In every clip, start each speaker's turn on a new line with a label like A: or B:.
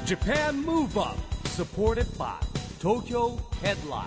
A: Japan Move Up, supported by Tokyo Headline.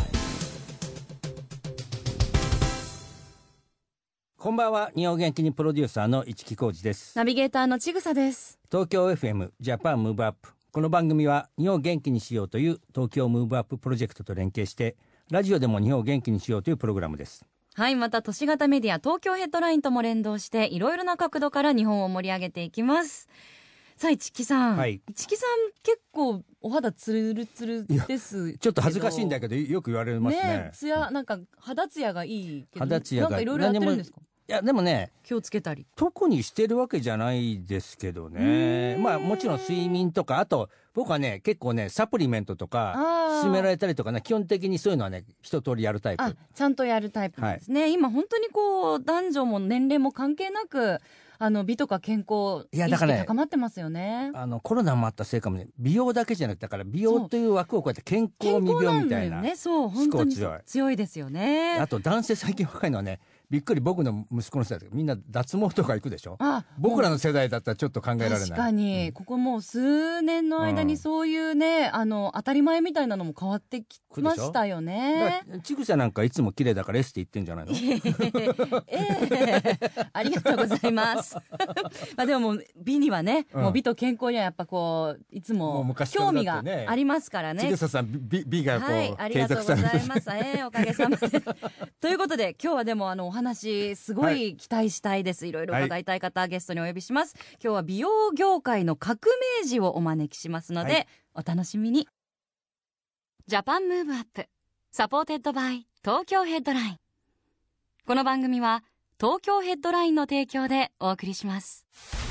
B: こんばんは。日本元気にプロデューサーの市木浩司です。
C: ナビゲーターのちぐさです。
B: 東京 FM ジャパンムーブアップ。この番組は日本を元気にしようという東京ムーブアッププロジェクトと連携してラジオでも日本を元気にしようというプログラムです。
C: はい、また都市型メディア東京ヘッドラインとも連動していろいろな角度から日本を盛り上げていきます。さあ市木さん、
B: はい、
C: 市木さん結構お肌ツルツルです
B: ちょっと恥ずかしいんだけどよく言われますね。
C: ツヤなんか肌ツヤがいいけど
B: 肌ツヤが
C: なんかいろいろやってるんですか？
B: いやでもね
C: 気をつけたり
B: 特にしてるわけじゃないですけどね。まあもちろん睡眠とかあと僕はね結構ねサプリメントとか勧められたりとかね基本的にそういうのはね一通りやるタイプ。
C: ちゃんとやるタイプですね、はい、今本当にこう男女も年齢も関係なく美とか健康意識高まってますよね。
B: コロナもあったせいかもね美容だけじゃなくてだから美容という枠をこうやって健康未病みたいな
C: そう本当に強いですよね。
B: あと男性最近若いのはねびっくり僕の息子の世代ですけどみんな脱毛とか行くでしょ。僕らの世代だったらちょっと考えられない。
C: 確かに、ここもう数年の間にそういうね、当たり前みたいなのも変わってきましたよね。
B: ちぐさなんかいつも綺麗だからエステ行ってんじゃないの？
C: ありがとうございますまあでももう美にはね、もう美と健康にはやっぱこういつも興味がありますからね。
B: ちぐささん美がこう、
C: はい、ありがとうございます。おかげさまでということで今日はでもお話すごい期待したいです、はい、いろいろ伺いたい方、ゲストにお呼びします。今日は美容業界の革命児をお招きしますので、はい、お楽しみに。ジャパンムーブアップサポーテッドバイ東京ヘッドライン。この番組は東京ヘッドラインの提供でお送りします。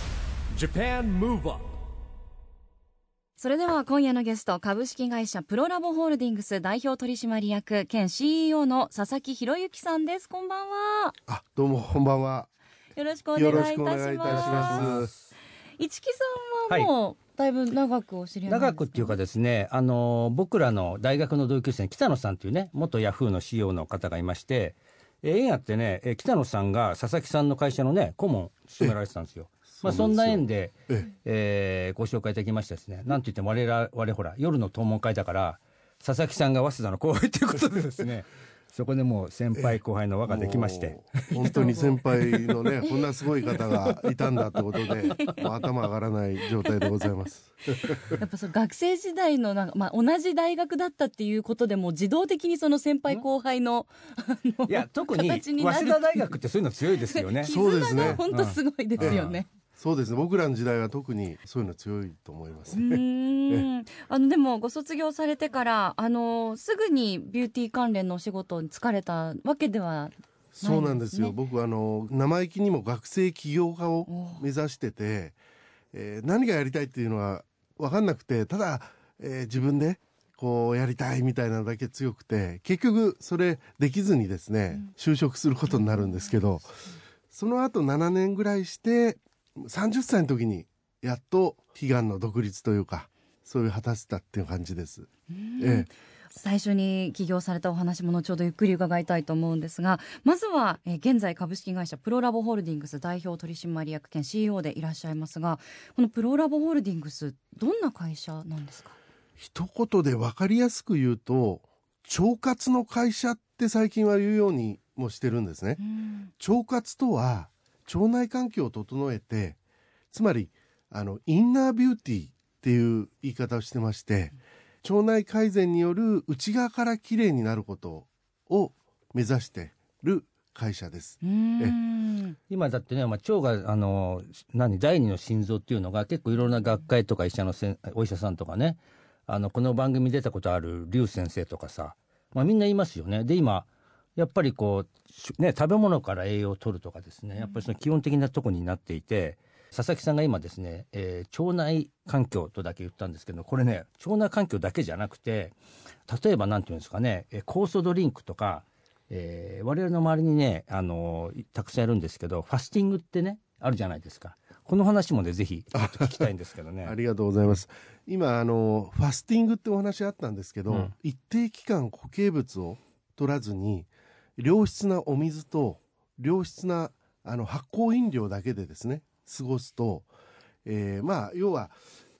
A: Japan Move Up。
C: それでは今夜のゲスト、株式会社プロラボホールディングス代表取締役兼 CEO の佐々木博之さんです。こんばんは。
D: どうもこんばんは。
C: よろしくお願いいたします。市木さんはもう、だいぶ長くお知り合いなんですか？
B: 長くっていうかですね、僕らの大学の同級生に北野さんというね元ヤフーの CEO の方がいまして、縁あってね、北野さんが佐々木さんの会社のね顧問を務められてたんですよ。そんな縁で、ご紹介いただきましてですね、なんといっても我々ほら夜の討論会だから佐々木さんが早稲田の後輩ということでですねそこでもう先輩後輩の輪ができまして、
D: 本当に先輩のねこんなすごい方がいたんだってことでもう頭上がらない状態でございます
C: やっぱ学生時代の同じ大学だったっていうことでも自動的にその先輩後輩の
B: いや特に早稲田大学ってそういうの強いですよね。
C: そうですね、本当すごいですよね。
D: そうですね、僕らの時代は特にそういうの強いと思います
C: でもご卒業されてからすぐにビューティー関連のお仕事に就かれたわけではないんですね。
D: そうなんですよ。僕生意気にも学生起業家を目指してて、何がやりたいっていうのは分かんなくて、ただ、自分でこうやりたいみたいなのだけ強くて結局それできずにですね、就職することになるんですけど、その後7年ぐらいして30歳の時にやっと悲願の独立というかそういう果たせたっていう感じです。
C: 最初に起業されたお話も後ほどゆっくり伺いたいと思うんですが、まずは現在株式会社プロラボホールディングス代表取締役兼 CEO でいらっしゃいますが、このプロラボホールディングスどんな会社なんですか？
D: 一言で分かりやすく言うと腸活の会社って最近は言うようにもしてるんですね。腸活とは腸内環境を整えて、つまりインナービューティーっていう言い方をしてまして、腸内改善による内側からきれいになることを目指してる会社です。
B: 今だってね、腸が第二の心臓っていうのが結構いろいろな学会とかお医者さんとかね、この番組出たことある劉先生とかさ、みんな言いますよね。で今やっぱりこう、食べ物から栄養を取るとかですね、やっぱりその基本的なところになっていて、佐々木さんが今ですね、腸内環境とだけ言ったんですけど、これね腸内環境だけじゃなくて、例えばなんていうんですかね、酵素ドリンクとか、我々の周りにねたくさんいるんですけど、ファスティングってねあるじゃないですか。この話もねぜひ聞きたいんですけどね
D: ありがとうございます。今ファスティングってお話あったんですけど、一定期間固形物を取らずに良質なお水と良質な発酵飲料だけでですね過ごすと、要は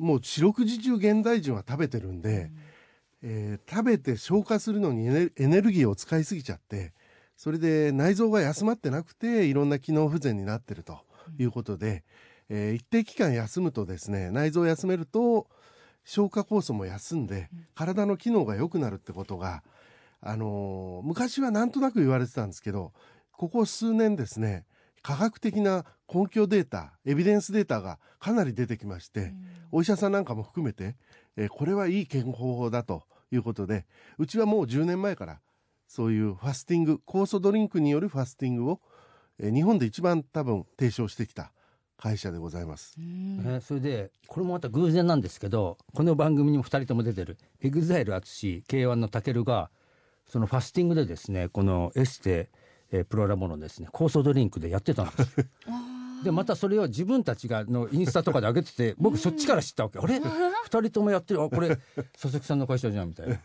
D: もう四六時中現代人は食べてるんで、食べて消化するのにエネルギーを使いすぎちゃって、それで内臓が休まってなくていろんな機能不全になってるということで、一定期間休むとですね、内臓を休めると消化酵素も休んで体の機能が良くなるってことが、昔はなんとなく言われてたんですけど、ここ数年ですね、科学的な根拠データ、エビデンスデータがかなり出てきまして、お医者さんなんかも含めて、これはいい健康法だということで、うちはもう10年前からそういうファスティング、酵素ドリンクによるファスティングを、日本で一番多分提唱してきた会社でございます。
B: それでこれもまた偶然なんですけど、この番組にも2人とも出てるEXILE淳、K1 の武がそのファスティングでですね、このエステプロラボのですね酵素ドリンクでやってたんですよでまたそれを自分たちがのインスタとかで上げてて、僕そっちから知ったわけ。あれ2人ともやってる、これ佐々木さんの会社じゃんみたいな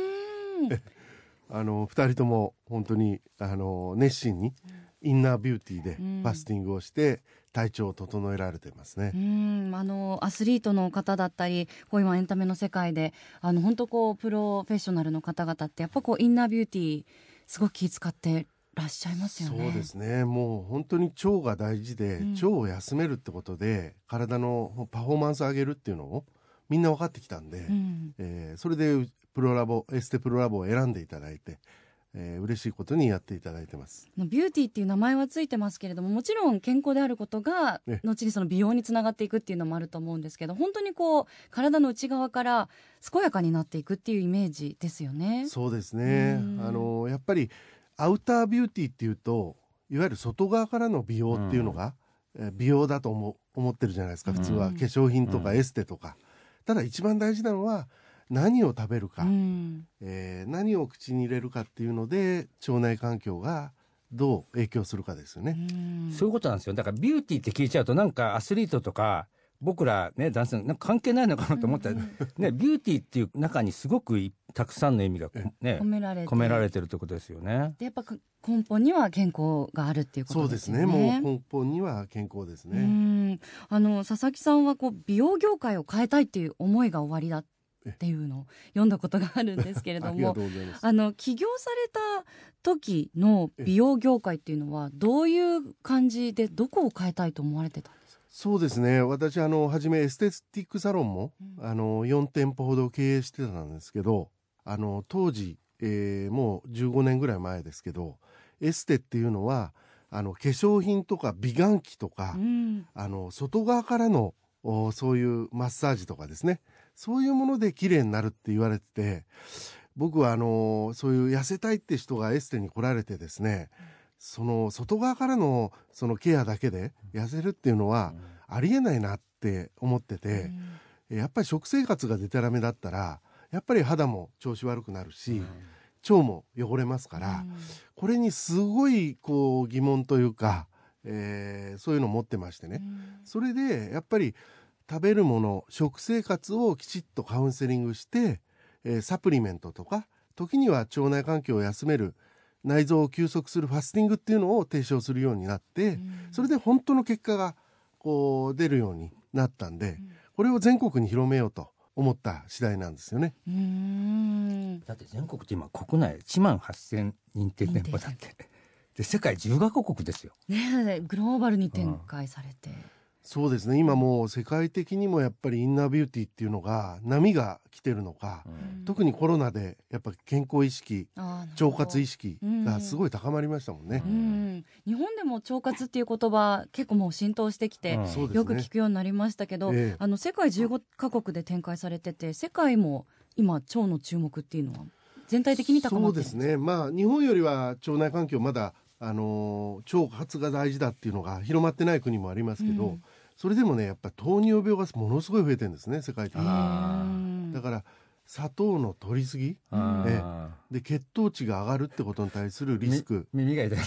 D: 2人とも本当に熱心にインナービューティーでファスティングをして体調を整えられてますね。
C: アスリートの方だったり、こう今エンタメの世界で本当こうプロフェッショナルの方々ってやっぱこうインナービューティーすごく気遣ってらっしゃいますよね。
D: そうですね、もう本当に腸が大事で、腸を休めるってことで体のパフォーマンスを上げるっていうのをみんな分かってきたんで、それでエステプロラボを選んでいただいて、嬉しいことにやっていただいてます。
C: ビューティーっていう名前はついてますけれども、もちろん健康であることが後にその美容につながっていくっていうのもあると思うんですけど、本当にこう体の内側から健やかになっていくっていうイメージですよね。
D: そうですね、やっぱりアウタービューティーっていうと、いわゆる外側からの美容っていうのが、美容だと思ってるじゃないですか、普通は。化粧品とかエステとか、ただ一番大事なのは何を食べるか、何を口に入れるかっていうので腸内環境がどう影響するかですよね。
B: そういうことなんですよ。だからビューティーって聞いちゃうと、なんかアスリートとか僕らね男性なんか関係ないのかなと思ったら、ね、ビューティーっていう中にすごくたくさんの意味が、ね、込められてるってことですよね。
C: でやっぱ根本には健康があるっていうことですよね。
D: そうですね、もう根本には健康ですね。
C: 佐々木さんはこう美容業界を変えたいっていう思いがおありだっていうのを読んだことがあるんですけれども
D: ありがとうございます。
C: 起業された時の美容業界っていうのはどういう感じで、どこを変えたいと思われてたんですか？
D: そうですね、私初めエステティックサロンも、4店舗ほど経営してたんですけど、当時、もう15年ぐらい前ですけど、エステっていうのは化粧品とか美顔器とか、外側からのそういうマッサージとかですね、そういうもので綺麗になるって言われてて、僕はそういう痩せたいって人がエステに来られてですね、その外側からのそのケアだけで痩せるっていうのはありえないなって思ってて、やっぱり食生活がデタラメだったらやっぱり肌も調子悪くなるし、腸も汚れますから、これにすごいこう疑問というか、そういうのを持ってましてね、それでやっぱり食べるもの、食生活をきちっとカウンセリングして、サプリメントとか時には腸内環境を休める、内臓を休息するファスティングっていうのを提唱するようになって、それで本当の結果がこう出るようになったんで、これを全国に広めようと思った次第なんですよね。
B: だって全国って今国内1万8000認定店舗だってで世界10カ国ですよ、
C: ね、グローバルに展開されて、
D: そうですね、今もう世界的にもやっぱりインナービューティーっていうのが波が来てるのか、特にコロナでやっぱり健康意識、腸活意識がすごい高まりましたもんね。
C: 日本でも腸活っていう言葉結構もう浸透してきて、よく聞くようになりましたけど、世界15カ国で展開されてて、世界も今腸の注目っていうのは全体的に高まってるんですか？
D: そうですね、日本よりは腸内環境まだ腸活が大事だっていうのが広まってない国もありますけど、それでもね、やっぱり糖尿病がものすごい増えてるんですね、世界的に。だから砂糖の取りすぎ、で血糖値が上がるってことに対するリスク、
B: 耳が痛い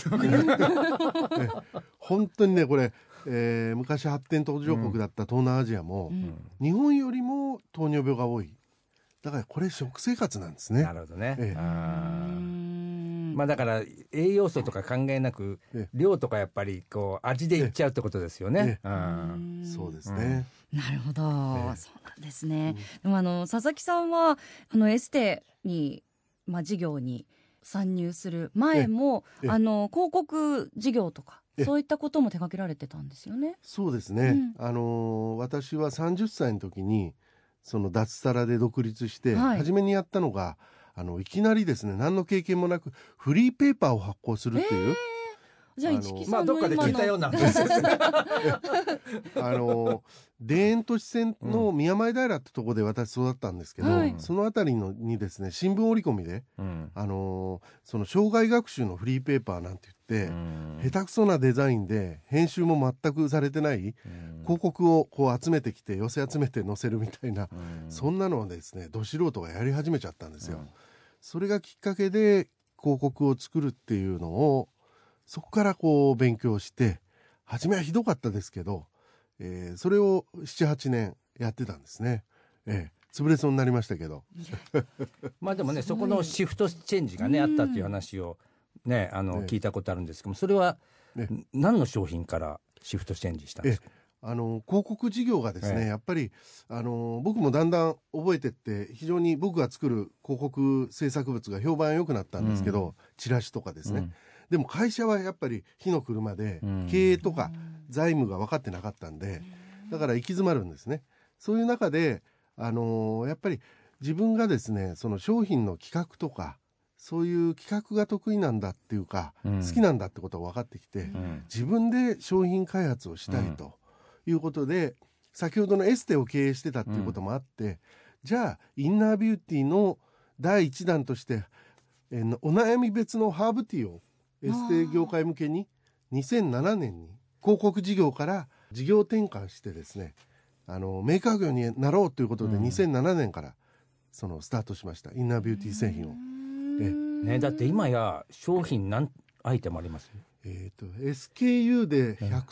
D: 本当にねこれ、昔発展途上国だった東南アジアも、日本よりも糖尿病が多い。だからこれ食生活なんですね。
B: なるほどね。 まあだから栄養素とか考えなく
D: ええ
B: 量とかやっぱりこう味でいっちゃうってことですよね。
D: え
B: うん
D: そうですね。
C: なるほど、
D: ええ
C: そうなんですね。でも佐々木さんはエステに、事業に参入する前も
D: ええ
C: 広告事業とか
D: ええ
C: そういったことも手掛けられてたんですよね。
D: そうですね。私は30歳の時にその脱サラで独立して、
C: はい
D: 初めにやったのがいきなりですね、何の経験もなくフリーペーパーを発行するっていう、
C: じゃあ市木
B: まあ
C: さんの今の、
B: どっかで聞いたような
D: 田園都市線の宮前平ってとこで私育ったんですけど、
C: はい
D: その辺りにですね、新聞折り込みで、
B: うん
D: その生涯学習のフリーペーパーなんて言って、下手くそなデザインで編集も全くされてない広告をこう集めてきて寄せ集めて載せるみたいな、そんなのをですね、ど素人がやり始めちゃったんですよ。それがきっかけで広告を作るっていうのを、そこからこう勉強して、初めはひどかったですけど、それを 7,8 年やってたんですね。潰れそうになりましたけど。
B: まあでもね、そこのシフトチェンジがね、あったっていう話をね、聞いたことあるんですけども、それは何の商品からシフトチェンジしたんですか？
D: 広告事業がですね、
B: ええ
D: やっぱり僕もだんだん覚えてって、非常に僕が作る広告制作物が評判良くなったんですけど、チラシとかですね、でも会社はやっぱり火の車で、経営とか財務が分かってなかったんで、だから行き詰まるんですね。そういう中でやっぱり自分がですね、その商品の企画とかそういう企画が得意なんだっていうか、好きなんだってことが分かってきて、自分で商品開発をしたいということで、先ほどのエステを経営してたっていうこともあって、じゃあインナービューティーの第一弾として、お悩み別のハーブティーをエステ業界向けに2007年に広告事業から事業転換してですね、メーカー業になろうということで2007年からそのスタートしました、インナービューティー製品を。
B: ね、だって今や商品何アイテムあります？
D: SKU で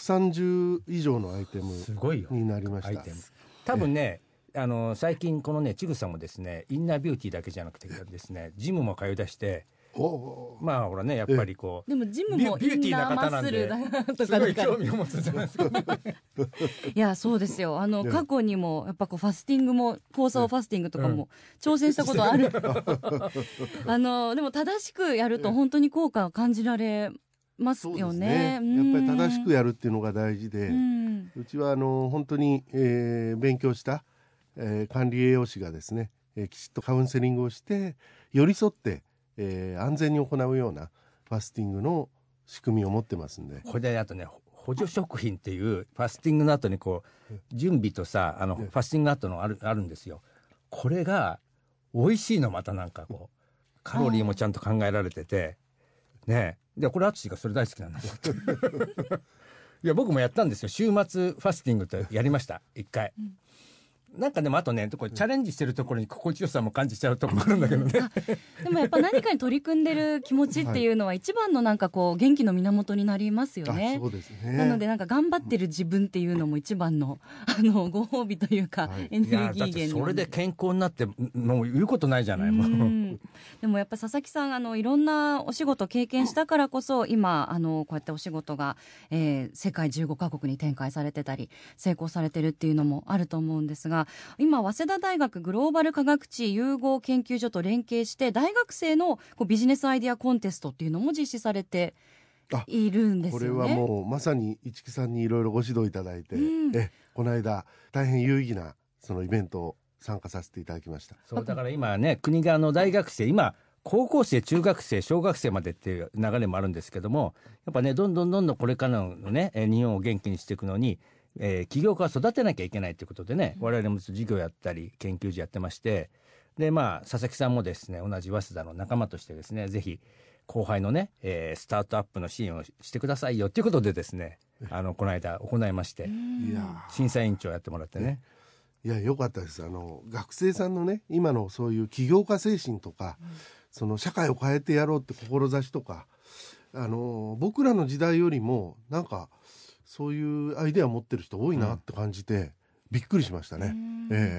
D: 130以上のアイテム
B: すごいよ、
D: になりました。
B: 多分ね、最近このねちぐさもですね、インナービューティーだけじゃなくてですね、ジムも通い出して、まあほらね、やっぱりこう
C: でもジムも
B: ビューティーな方なんで
C: インナーマッスルだとか
B: すごい興味を持つじゃないですか。
C: いやそうですよ、過去にもやっぱこうファスティングも酵素ファスティングとかも挑戦したことあるでも正しくやると本当に効果を感じられますよね。
D: やっぱり正しくやるっていうのが大事で、うちは本当に、勉強した、管理栄養士がですね、きちっとカウンセリングをして寄り添って、安全に行うようなファスティングの仕組みを持ってますんで。
B: これであとね、補助食品っていうファスティングの後にこう準備とさ、ファスティングの後のあるんですよ。これが美味しいの、またなんかこうカロリーもちゃんと考えられててね。でこれ淳がそれ大好きなんですよいや僕もやったんですよ、週末ファスティングとやりました一回、なんかでもあとね、これチャレンジしてるところに心地よさも感じちゃうところもあるんだけどね
C: でもやっぱ何かに取り組んでる気持ちっていうのは一番のなんかこう元気の源になりますよね。
D: そうですね。
C: なのでなんか頑張ってる自分っていうのも一番のご褒美というか、エネルギー源
B: だってそれで健康になってもう言うことないじゃない。もう
C: でもやっぱ佐々木さんいろんなお仕事経験したからこそ今こうやってお仕事が、世界15カ国に展開されてたり成功されてるっていうのもあると思うんですが、今早稲田大学グローバル科学地融合研究所と連携して大学生のビジネスアイデアコンテストっていうのも実施されているんですよね。
D: これはもうまさに市木さんにいろいろご指導いただいて、この間大変有意義なそのイベントを参加させていただきました。
B: そうだから今ね、国が大学生、今高校生、中学生、小学生までっていう流れもあるんですけども、やっぱねどんどんこれからのね日本を元気にしていくのに、起業家を育てなきゃいけないということでね、我々も授業やったり研究所やってまして、で佐々木さんもですね、同じ早稲田の仲間としてですね、ぜひ後輩のね、スタートアップの支援をしてくださいよということでですね、この間行いまして、審査委員長やってもらってね、
D: いや良かったです。学生さんのね、今のそういう起業家精神とか、その社会を変えてやろうって志とか、僕らの時代よりもなんかそういうアイデアを持ってる人多いなって感じて、びっくりしましたね。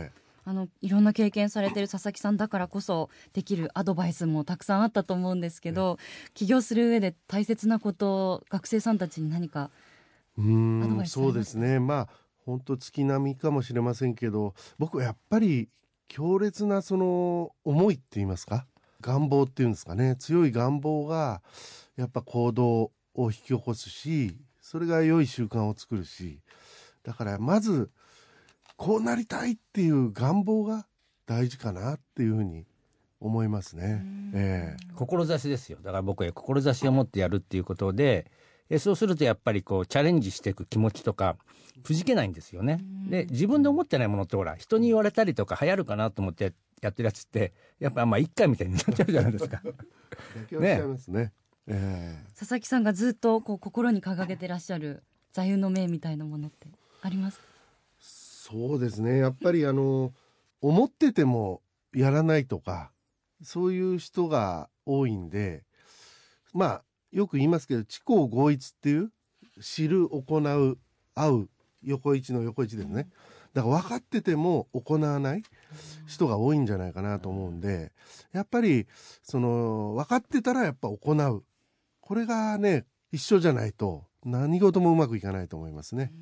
C: いろんな経験されてる佐々木さんだからこそできるアドバイスもたくさんあったと思うんですけど、起業する上で大切なこと学生さんたちに何かアドバイスされますか？
D: そうですね、本当月並みかもしれませんけど、僕はやっぱり強烈なその思いって言いますか、願望っていうんですかね、強い願望がやっぱ行動を引き起こすし、それが良い習慣を作るし、だからまずこうなりたいっていう願望が大事かなっていうふうに思いますね。
B: 志ですよ。だから僕は志を持ってやるっていうことで、そうするとやっぱりこうチャレンジしていく気持ちとかくじけないんですよね。で自分で思ってないものってほら人に言われたりとか流行るかなと思ってやってるやつってやっぱ一回みたいになっちゃうじゃないですか。
D: 妥協しちゃいますね。
C: 佐々木さんがずっとこう心に掲げてらっしゃる座右の銘みたいなものってありますか？
D: そうですね、やっぱり思っててもやらないとかそういう人が多いんで、よく言いますけど知行合一っていう、知る行う会う横一の横一ですね。だから分かってても行わない人が多いんじゃないかなと思うんで、やっぱりその分かってたらやっぱ行う、これがね一緒じゃないと何事もうまくいかないと思いますね。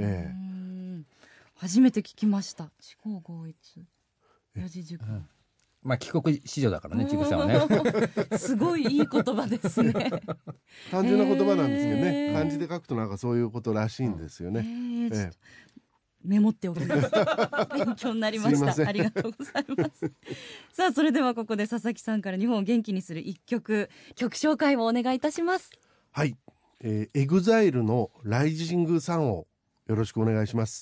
C: 初めて聞きました。知行合一四字熟語。
B: 帰国子女だからね、ちぐさはね。
C: すごいいい言葉ですね。
D: 単純な言葉なんですけどね、漢字で書くとなんかそういうことらしいんですよね。
C: メモっておきます。勉強になりました。ありがとうございます。さあ、それではここで佐々木さんから日本を元気にする一曲紹介をお願いいたします。
D: はい、EXILE のライジングサンをよろしくお願いします。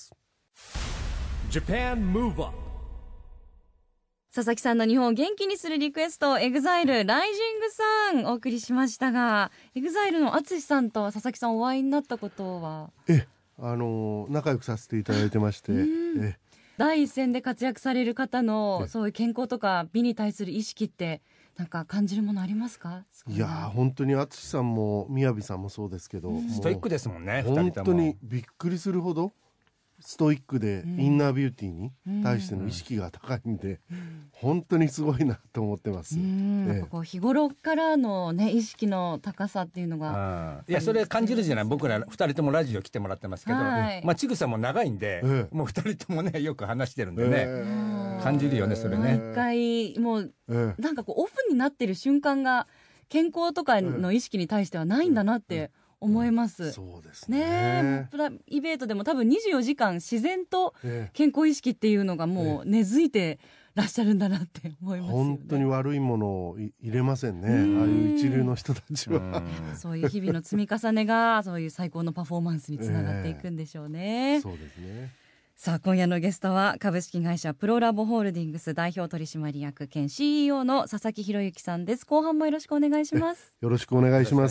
A: Japan Move Up。
C: 佐々木さんの日本を元気にするリクエスト、EXILE ライジングさんお送りしましたが、EXILE の淳さんと佐々木さんお会いになったことは？
D: 仲良くさせていただいてまして、
C: 第一線で活躍される方のそういう健康とか美に対する意識ってなんか感じるものありますか？
D: いや本当に淳さんも宮城さんもそうですけど、
B: ストイックですもんね。
D: 本当にびっくりするほどストイックでインナービューティーに対しての意識が高いんで、本当にすごいなと思ってます。
C: やっぱこう日頃からのね意識の高さっていうのが、
B: いやそれ感じるじゃない。僕ら2人ともラジオ来てもらってますけど、ちぐさも長いんで、もう2人ともねよく話してるんでね、感じるよねそれね。
C: 毎回もう、なんかこうオフになってる瞬間が健康とかの意識に対してはないんだなって思います。
D: そうですね。
C: プライベートでも多分24時間自然と健康意識っていうのがもう根付いてらっしゃるんだなって思いますよね。
D: 本当に悪いものを入れませんね。ああいう一流の人たちは。
C: そういう日々の積み重ねがそういう最高のパフォーマンスにつながっていくんでしょうね。
D: そうですね。
C: さあ今夜のゲストは株式会社プロラボホールディングス代表取締役兼 CEO の佐々木博之さんです。後半もよろしくお願いします。
D: よろしくお願いします。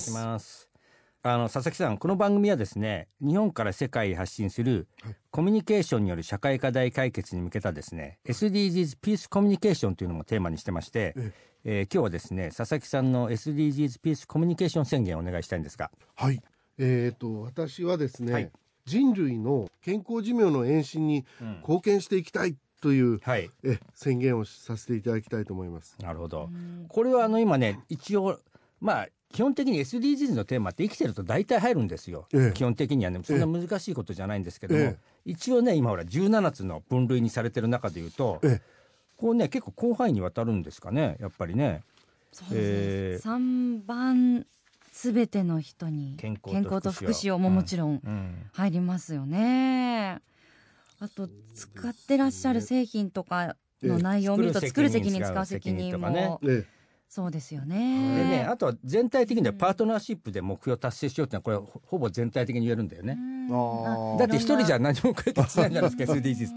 B: 佐々木さん、この番組はですね、日本から世界へ発信するコミュニケーションによる社会課題解決に向けたですね SDGs ピースコミュニケーションというのもテーマにしてまして、今日はですね佐々木さんの SDGs ピースコミュニケーション宣言をお願いしたいんですが。
D: はい、私はですね、人類の健康寿命の延伸に貢献していきたいという、宣言をさせていただきたいと思います。
B: なるほど。これは今ね一応基本的に SDGs のテーマって生きてると大体入るんですよ、基本的にはねそんな難しいことじゃないんですけども、一応ね今ほら17つの分類にされてる中でいうと、こうね結構広範囲にわたるんですかねやっぱりね。
C: そうですね、3番すべての人に健康と福祉をももちろん入りますよね。あと使ってらっしゃる製品とかの内容を見ると作る責任使う責任もそうですよね。
B: でね、あとは全体的にはパートナーシップで目標達成しようってのはこれほぼ全体的に言えるんだよね。だって一人じゃ何も解決しないじゃないですかSDGs って、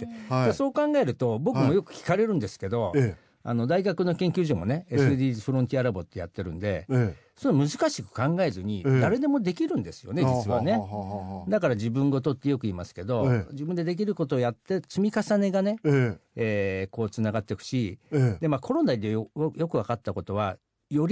B: そう考えると僕もよく聞かれるんですけど、大学の研究所もね SDGs フロンティアラボってやってるんで、それ難しく考えずに誰でもできるんですよね、実はね。だから自分ごとってよく言いますけど、自分でできることをやって積み重ねがね、こうつながっていくし、でコロナでよく分かったことはより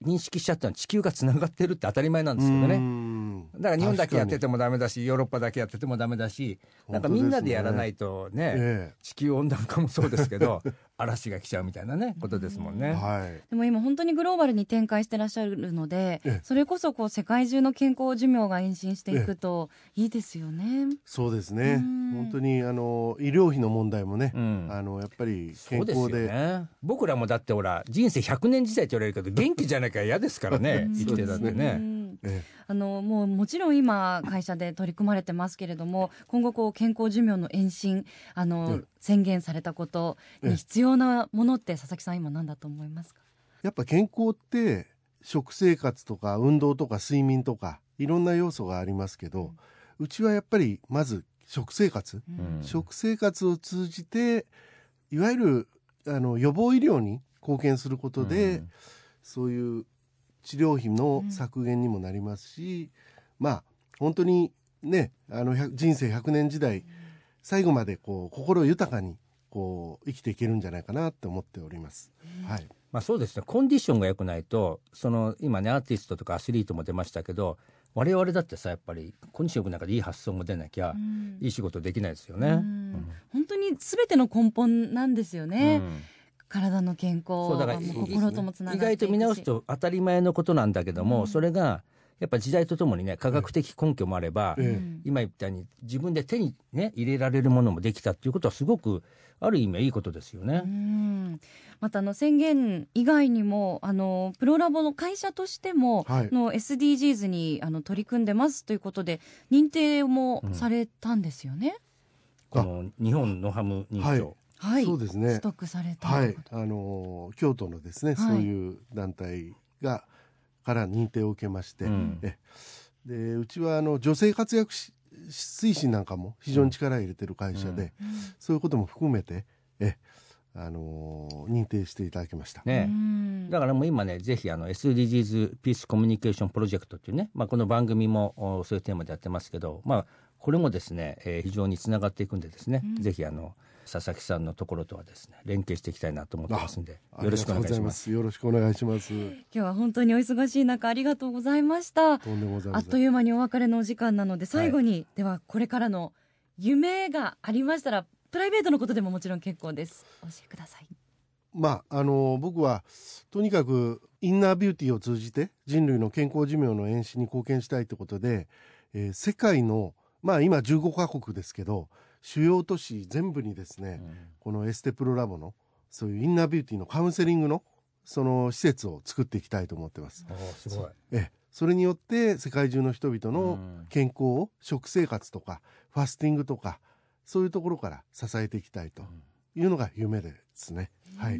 B: 認識しちゃったのは地球がつながってるって当たり前なんですけどね。だから日本だけやっててもダメだし、ヨーロッパだけやっててもダメだし、なんかみんなでやらないとね、地球温暖化もそうですけど嵐が来ちゃうみたいなねことですもんね。
C: でも今本当にグローバルに展開してらっしゃるので、それこそこう世界中の健康寿命が延伸していくといいですよね。
D: そうですね。本当に医療費の問題もね、やっぱり健康で。
B: そうですよね。僕らもだってほら人生100年時代って言われるけど元気じゃなきゃ嫌ですからね生きてたってね。
C: もちろん今会社で取り組まれてますけれども、今後こう健康寿命の延伸宣言されたことに必要なものって佐々木さん今何だと思いますか？
D: やっぱ健康って食生活とか運動とか睡眠とかいろんな要素がありますけど、うちはやっぱりまず食生活、食生活を通じていわゆる予防医療に貢献することで、そういう治療費の削減にもなりますし、本当にね人生100年時代最後までこう心豊かにこう生きていけるんじゃないかなって思っております。
B: そうですね。コンディションが良くないと今ねアーティストとかアスリートも出ましたけど、我々だってさやっぱりコンディションの中でいい発想も出なきゃいい仕事できないですよね。
C: 本当に全ての根本なんですよね。体の健康、
B: そうだから
C: 心ともつながっていくし、
B: 意外と見直すと当たり前のことなんだけども、それがやっぱ時代とともにね科学的根拠もあれば、今言ったように自分で手にね入れられるものもできたっていうことはすごくある意味いいことですよね。
C: また宣言以外にもプロラボの会社としても、SDGs に取り組んでますということで認定もされたんですよね。
B: この日本ノハム認証、
D: そうですね。
C: 取得された、
D: 京都のですね、そういう団体から認定を受けまして、でうちは女性活躍推進なんかも非常に力を入れてる会社で、そういうことも含めて認定していただきました。
B: だからもう今ねぜひSDGs ピースコミュニケーションプロジェクトっていうね、この番組もそういうテーマでやってますけど、これもですね、非常につながっていくんでですね、ぜひ佐々木さんのところとはですね連携していきたいなと思ってますんで、よろしくお願いします。
D: よろしくお願いします。
C: 今日は本当にお忙しい中ありがとうございました。
D: とんでもございません。
C: あっという間にお別れのお時間なので最後に、ではこれからの夢がありましたらプライベートのことでももちろん結構です。教えてください。
D: 僕はとにかくインナービューティーを通じて人類の健康寿命の延伸に貢献したいということで、世界の今15カ国ですけど主要都市全部にですね、このエステプロラボのそういうインナービューティーのカウンセリングのその施設を作っていきたいと思ってます。
B: すごい。
D: それによって世界中の人々の健康を食生活とかファスティングとかそういうところから支えていきたいというのが夢ですね。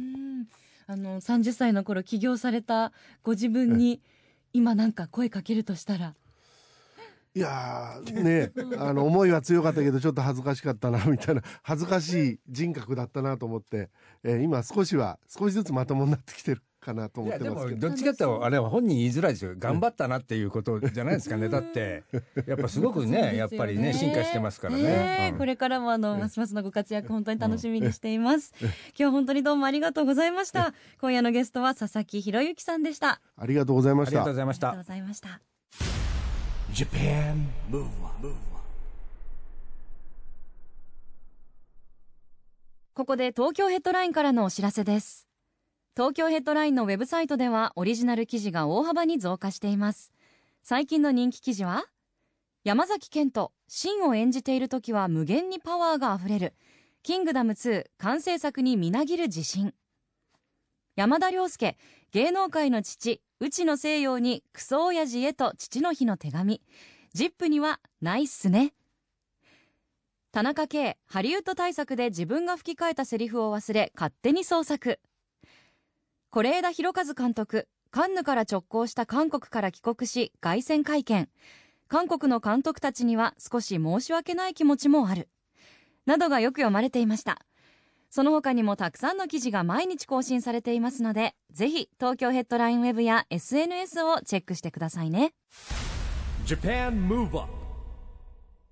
C: 30歳の頃起業されたご自分に今なんか声かけるとしたら、
D: いやね思いは強かったけどちょっと恥ずかしかったなみたいな恥ずかしい人格だったなと思って、今少しずつまともになってきてるかなと思ってますけど。
B: でもどっちかっていうとあれは本人言いづらいですよ。頑張ったなっていうことじゃないですかね。だってやっぱすごくねやっぱりね進化してますからね。
C: これからもますますのご活躍本当に楽しみにしています。今日は本当にどうもありがとうございました。今夜のゲストは佐々木博之さんでした。
D: ありがとうございました。
B: ありがとうございました。
C: ありがとうございました。
A: Japan Move Up。
C: ここで東京ヘッドラインからのお知らせです。東京ヘッドラインのウェブサイトではオリジナル記事が大幅に増加しています。最近の人気記事は、山崎賢人、シンを演じている時は無限にパワーがあふれる、キングダム2完成作にみなぎる自信。山田涼介、芸能界の父内野聖陽にクソ親父へと父の日の手紙、ジップにはないっすね。田中圭、ハリウッド大作で自分が吹き替えたセリフを忘れ勝手に創作。是枝裕和監督、カンヌから直行した韓国から帰国し凱旋会見。韓国の監督たちには少し申し訳ない気持ちもある、などがよく読まれていました。その他にもたくさんの記事が毎日更新されていますので、ぜひ東京ヘッドラインウェブや SNS をチェックしてくださいね。
A: Japan Move Up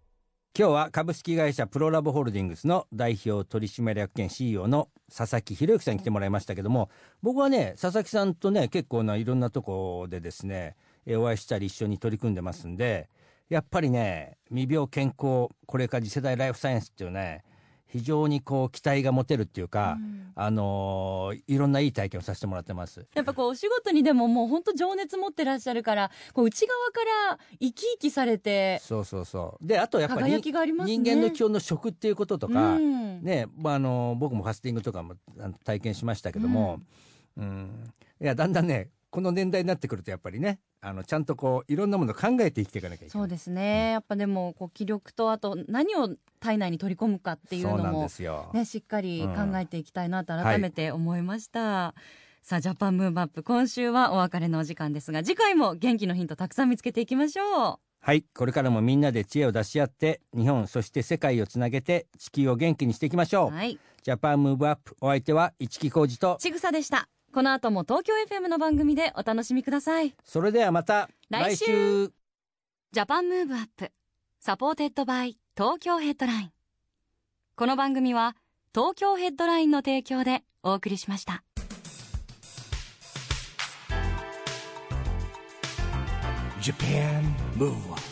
B: 今日は株式会社プロラボホールディングスの代表取締役兼 CEO の佐々木博之さんに来てもらいましたけども、僕はね佐々木さんとね結構ないろんなとこでですねお会いしたり一緒に取り組んでますんで、やっぱりね未病健康これから次世代ライフサイエンスっていうね非常にこう期待が持てるっていうか、いろんないい体験をさせてもらってます。
C: やっぱこうお仕事にでももう本当情熱持ってらっしゃるから、こう内側から生き生きされて、
B: そうで、あとやっぱり
C: 輝きがありますね。
B: 人間の基本の食っていうこととか、ね、僕もファスティングとかも体験しましたけども、いやだんだんねこの年代になってくるとやっぱりねちゃんとこういろんなものを考えて生きていかなきゃいけない。
C: そうですね、やっぱでもこう気力とあと何を体内に取り込むかっていうの
B: そうなん
C: も
B: ですよ、
C: ね、しっかり考えていきたいなと改めて思いました、さあジャパンムーブアップ、今週はお別れのお時間ですが、次回も元気のヒントたくさん見つけていきましょう。
B: はい、これからもみんなで知恵を出し合って日本そして世界をつなげて地球を元気にしていきましょう、ジャパンムーブアップ、お相手は市木浩二と
C: ちぐさでした。この後も東京 FM の番組でお楽しみください。
B: それではまた来週。
C: ジャパンムーブアップサポーテッドバイ東京ヘッドライン。この番組は東京ヘッドラインの提供でお送りしました。
A: Japan Move Up